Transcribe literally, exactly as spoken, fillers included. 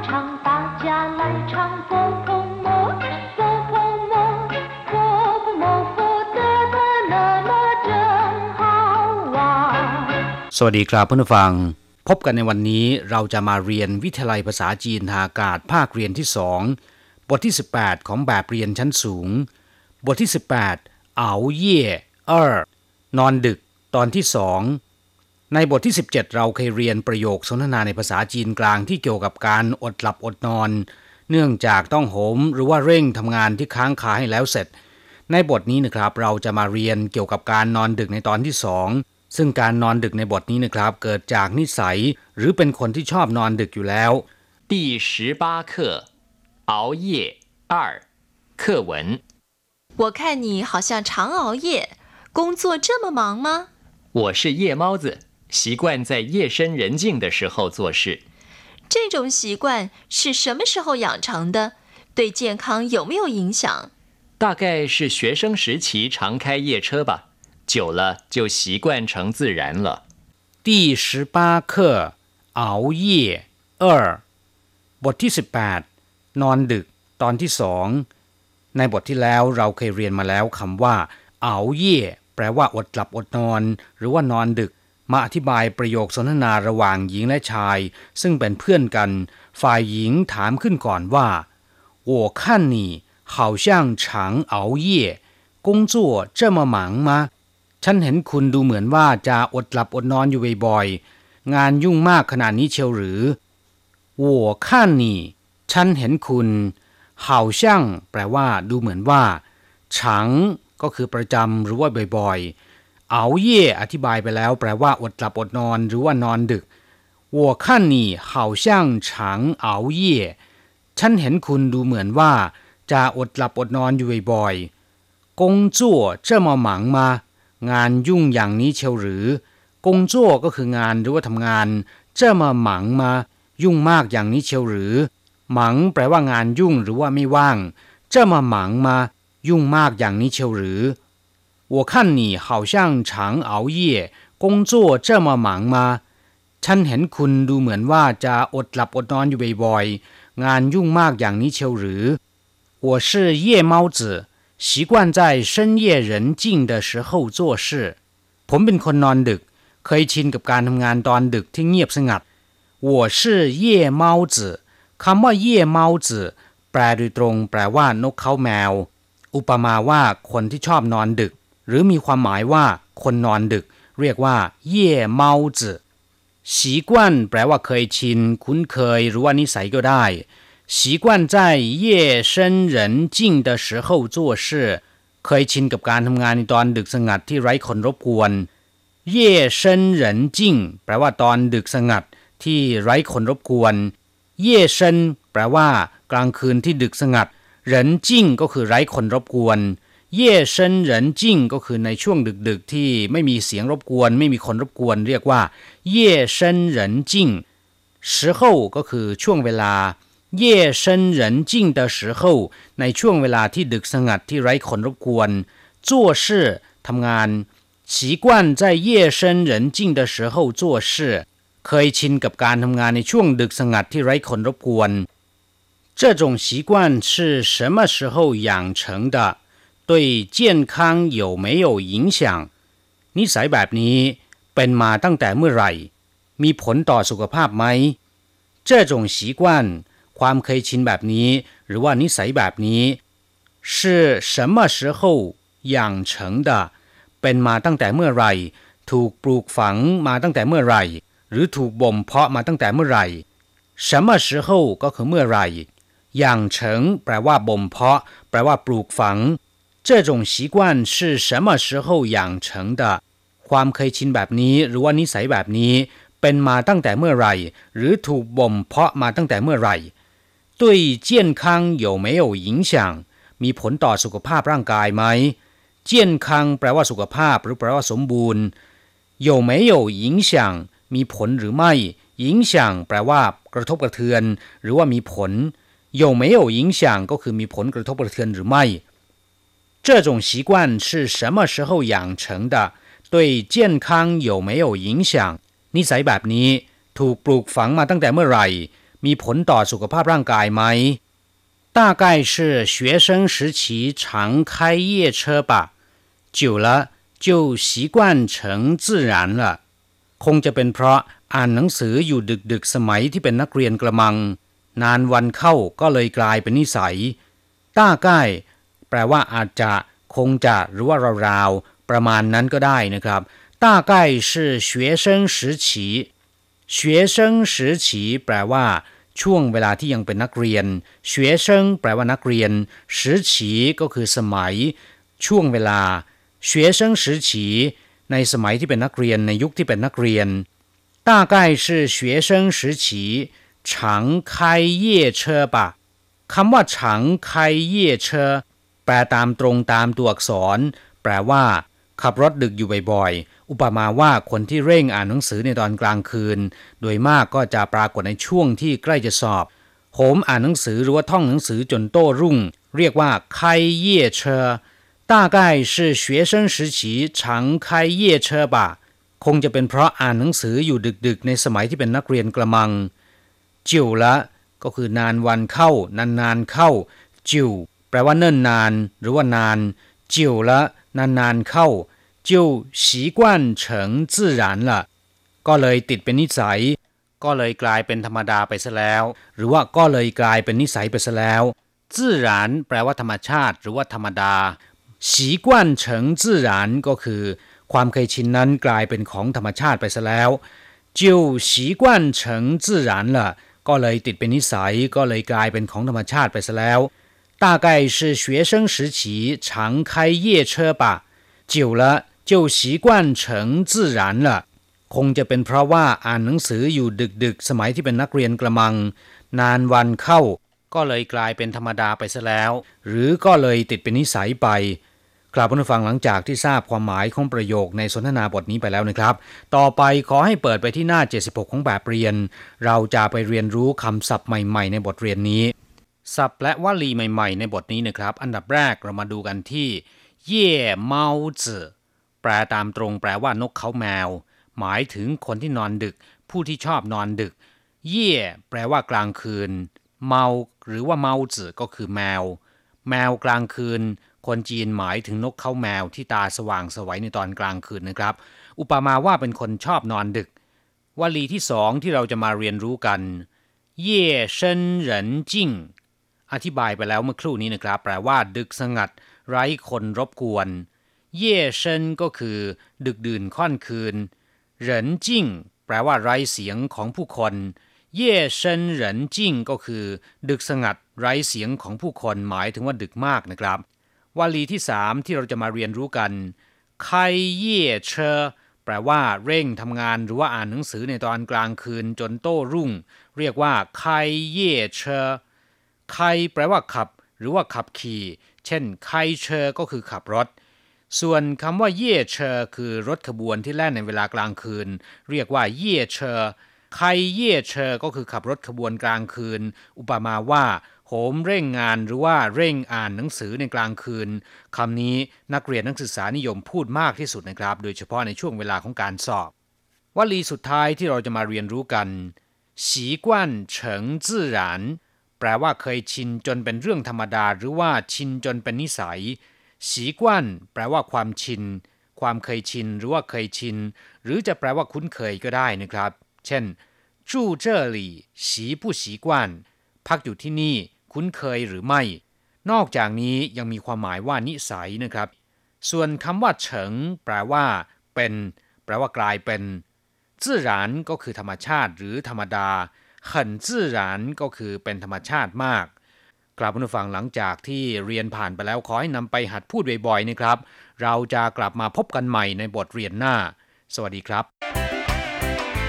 唱，大家来唱佛婆摩，佛婆摩，佛婆摩佛得得那么真好啊。 สวัสดีครับเพื่อนผู้ฟังพบกันในวันนี้เราจะมาเรียนวิทยาลัยภาษาจีนทางอากาศภาคเรียนที่สองบทที่สิบแปดของแบบเรียนชั้นสูงบทที่สิบแปดเอาเย่เอ่อนอนดึกตอนที่สองในบทที่สิบเจ็ดเราเคยเรียนประโยคสนทนาในภาษาจีนกลางที่เกี่ยวกับการอดหลับอดนอนเนื่องจากต้องโหมหรือว่าเร่งทำงานที่ค้างคาให้แล้วเสร็จในบทนี้นะครับเราจะมาเรียนเกี่ยวกับการนอนดึกในตอนที่สองซึ่งการนอนดึกในบทนี้นะครับเกิดจากนิสัยหรือเป็นคนที่ชอบนอนดึกอยู่แล้ว第十八课熬夜二课文我看你好像常熬夜工作这么忙吗我是夜猫子习惯在夜深人静的时候做事这种习惯是什么时候养成的对健康有没有影响大概是学生时期常开夜车吧久了就习惯成自然了第十八课熬夜二บทที่สิบแปดนอนดึกตอนที่สองในบทที่แล้วเราเคยเรียนมาแล้วคำว่าเอาเย่แปลว่าอดหลับอดนอนหรือว่านอนดึกมาอธิบายประโยคสนทนาระหว่างหญิงและชายซึ่งเป็นเพื่อนกันฝ่ายหญิงถามขึ้นก่อนว่า我看你好像常熬夜工作这么忙吗ฉันเห็นคุณดูเหมือนว่าจะอดหลับอดนอนอยู่บ่อยๆงานยุ่งมากขนาดนี้เชียวหรือ我看你ฉันเห็นคุณ好像แปลว่าดูเหมือนว่าฉังก็คือประจำหรือว่าบ่อยๆเอาเย่อธิบายไปแล้วแปลว่าอดหลับอดนอนหรือว่านอนดึก我看你好像常熬夜ฉันเห็นคุณดูเหมือนว่าจะอดหลับอดนอนอยู่บ่อยๆ工作这么忙吗งานยุ่งอย่างนี้เชียวหรือกงจั่วก็คืองานหรือว่าทำงานเจ้ามาหมังมายุ่งมากอย่างนี้เชียวหรือหมังแปลว่างานยุ่งหรือว่าไม่ว่างเจ้ามาหมังมายุ่งมากอย่างนี้เชียวหรือ我看你好像常熬夜工作这么忙吗ฉันเห็นคุณดูเหมือนว่าจะอดหลับอดนอนอยู่บ่อยๆงานยุ่งมากอย่างนี้เชียวหรือ我是夜猫子习惯在深夜人静的时候做事ผมเป็นคนนอนดึกเคยชินกับการทำงานตอนดึกที่เงียบสงัด我是夜猫子คำว่าเย่เมาจื่อแปลโดยตรงแปลว่านกเขาแมวอุปมาว่าคนที่ชอบนอนดึกหรือมีความหมายว่าคนนอนดึกเรียกว่าเย่เมาจื่อ习惯แปลว่าเคยชินคุ้นเคยหรือว่านิสัยก็ได้习惯在夜深人静的时候做事เคยชินกับการทำงานในตอนดึกสงัดที่ไร้คนรบกวนเย่เซินเหรินจิ้งแปลว่าตอนดึกสงัดที่ไร้คนรบกวนเย่เซินแปลว่ากลางคืนที่ดึกสงัดเหรินจิ้งก็คือไร้คนรบกวนเย่เซินเหรินจิ้งก็คือในช่วงดึกๆที่ไม่มีเสียงรบกวนไม่มีคนรบกวนเรียกว่าเย่เซินเหรินจิ้ง时候ก็คือช่วงเวลา夜深人静的时候ในช่วงเวลาที่ดึกสงัดที่ไร้คนรบกวน做事ทำงาน习惯在夜深人静的时候做事เคยชินกับการทำงานในช่วงดึกสงัดที่ไร้คนรบกวน这种习惯是什么时候养成的对健康有没有影响นิสัยแบบนี้เป็นมาตั้งแต่เมื่อไหร่มีผลต่อสุขภาพไหม这种习惯ความเคยชินแบบนี้หรือว่านิสัยแบบนี้是什么时候养成的เป็นมาตั้งแต่เมื่อไหร่ถูกปลูกฝังมาตั้งแต่เมื่อไหร่หรือถูกบ่มเพาะมาตั้งแต่เมื่อไหร่什么时候ก็คือเมื่อไหร่养成แปลว่าบ่มเพาะแปลว่าปลูกฝัง这种习惯是什么时候养成的ความเคยชินแบบนี้หรือว่านิสัยแบบนี้เป็นมาตั้งแต่เมื่อไหร่หรือถูกบ่มเพาะมาตั้งแต่เมื่อไหร่对健康有没有影响มีผลต่อสุขภาพร่างกายไหม健康แปลว่าสุขภาพหรือแปลว่าสมบูรณ์有没有影响มีผลหรือไม่影响แปลว่ากระทบกระเทือนหรือว่ามีผล有没有影响ก็คือมีผลกระทบกระเทือนหรือไม่这种习惯是什么时候养成的对健康有没有影响นิสัยแบบนี้ถูกปลูกฝังมาตั้งแต่เมื่อไหร่มีผลต่อสุขภาพร่างกายไหม大概是学生时期常开夜车吧久了就习惯成自然了คงจะเป็นเพราะอ่านหนังสืออยู่ดึกๆสมัยที่เป็นนักเรียนกระมังนานวันเข้าก็เลยกลายเป็นนิสัย大概แปลว่าอาจจะคงจะหรือว่าราวๆประมาณนั้นก็ได้นะครับ大概是学生时期学生时期แปลว่าช่วงเวลาที่ยังเป็นนักเรียน学生แปลว่านักเรียน时期ก็คือสมัยช่วงเวลา学生时期ในสมัยที่เป็นนักเรียนในยุคที่เป็นนักเรียน大概是学生时期常开夜车吧คำว่า常开夜车แปลตามตรงตามตัวอักษรแปลว่าขับรถดึกอยู่บ่อยๆอุปมาว่าคนที่เร่งอ่านหนังสือในตอนกลางคืนโดยมากก็จะปรากฏในช่วงที่ใกล้จะสอบโหมอ่านหนังสือหรือว่าท่องหนังสือจนโต้รุ่งเรียกว่า开夜车大概是学生时期常开夜车吧คงจะเป็นเพราะอ่านหนังสืออยู่ดึกๆในสมัยที่เป็นนักเรียนกระมังจิวละก็คือนานวันเข้านานๆเข้าจิวแปลว่าเนิ่นนานหรือว่านานจิวละนานๆเข้า就习惯成自然了ก็เลยติดเป็นนิสัยก็เลยกลายเป็นธรรมดาไปซะแล้วหรือว่าก็เลยกลายเป็นนิสัยไปซะแล้ว自然แปลว่าธรรมชาติหรือว่าธรรมดา习惯成自然ก็คือความเคยชินนั้นกลายเป็นของธรรมชาติไปซะแล้ว就习惯成自然了ก็เลยติดเป็นนิสัยก็เลยกลายเป็นของธรรมชาติไปซะแล้ว大概是学生时期常开夜车吧久了就习惯成自然了คงจะเป็นเพราะว่าอ่านหนังสืออยู่ดึกๆสมัยที่เป็นนักเรียนกระมังนานวันเข้าก็เลยกลายเป็นธรรมดาไปซะแล้วหรือก็เลยติดเป็นนิสัยไปกลับมาฟังหลังจากที่ทราบความหมายของประโยคในสนทนาบทนี้ไปแล้วนะครับต่อไปขอให้เปิดไปที่หน้าเจ็ดสิบหกของแบบเรียนเราจะไปเรียนรู้คำศัพท์ใหม่ๆในบทเรียนนี้ศัพท์และวลีใหม่ๆในบทนี้นะครับอันดับแรกเรามาดูกันที่เย่เมาจื่อแปลตามตรงแปลว่านกเขาแมวหมายถึงคนที่นอนดึกผู้ที่ชอบนอนดึกเย่แปลว่ากลางคืนเมาหรือว่าเมาจื่อก็คือแมวแมวกลางคืนคนจีนหมายถึงนกเขาแมวที่ตาสว่างไสวในตอนกลางคืนนะครับอุปมาว่าเป็นคนชอบนอนดึกวลีที่สองที่เราจะมาเรียนรู้กันเย่เซินเหรินจิ้งอธิบายไปแล้วเมื่อครู่นี้นะครับแปลว่าดึกสงัดไร้คนรบกวนเย่เซินก็คือดึกดื่นค่อนคืนเหรินจิ้งแปลว่าไร้เสียงของผู้คนเย่เซินเหรินจิ้งก็คือดึกสงัดไร้เสียงของผู้คนหมายถึงว่าดึกมากนะครับวลีที่สามที่เราจะมาเรียนรู้กันไคเย่เชอแปลว่าเร่งทำงานหรือว่าอ่านหนังสือในตอนกลางคืนจนโต้รุ่งเรียกว่าไคเย่เชอไคแปลว่าขับหรือว่าขับขี่เช่นไคเชอก็คือขับรถส่วนคำว่าเย่เชอคือรถขบวนที่แล่นในเวลากลางคืนเรียกว่าเย่เชอไคเย่เชอก็คือขับรถขบวนกลางคืนอุปมาว่าโหมเร่งงานหรือว่าเร่งอ่านหนังสือในกลางคืนคำนี้นักเรียนนักศึกษานิยมพูดมากที่สุดนะครับโดยเฉพาะในช่วงเวลาของการสอบวลีสุดท้ายที่เราจะมาเรียนรู้กัน习惯成自然แปลว่าเคยชินจนเป็นเรื่องธรรมดาหรือว่าชินจนเป็นนิสัย习惯แปลว่าความชินความเคยชินหรือว่าเคยชินหรือจะแปลว่าคุ้นเคยก็ได้นะครับเช่น住这里习不习惯พักอยู่ที่นี่คุ้นเคยหรือไม่นอกจากนี้ยังมีความหมายว่านิสัยนะครับส่วนคำว่าเฉิงแปลว่าเป็นแปลว่ากลายเป็น自然ก็คือธรรมชาติหรือธรรมดา很自然ก็คือเป็นธรรมชาติมากกลับมาฟังหลังจากที่เรียนผ่านไปแล้วขอให้นำไปหัดพูดบ่อยๆนะครับเราจะกลับมาพบกันใหม่ในบทเรียนหน้าสวัสดีครับ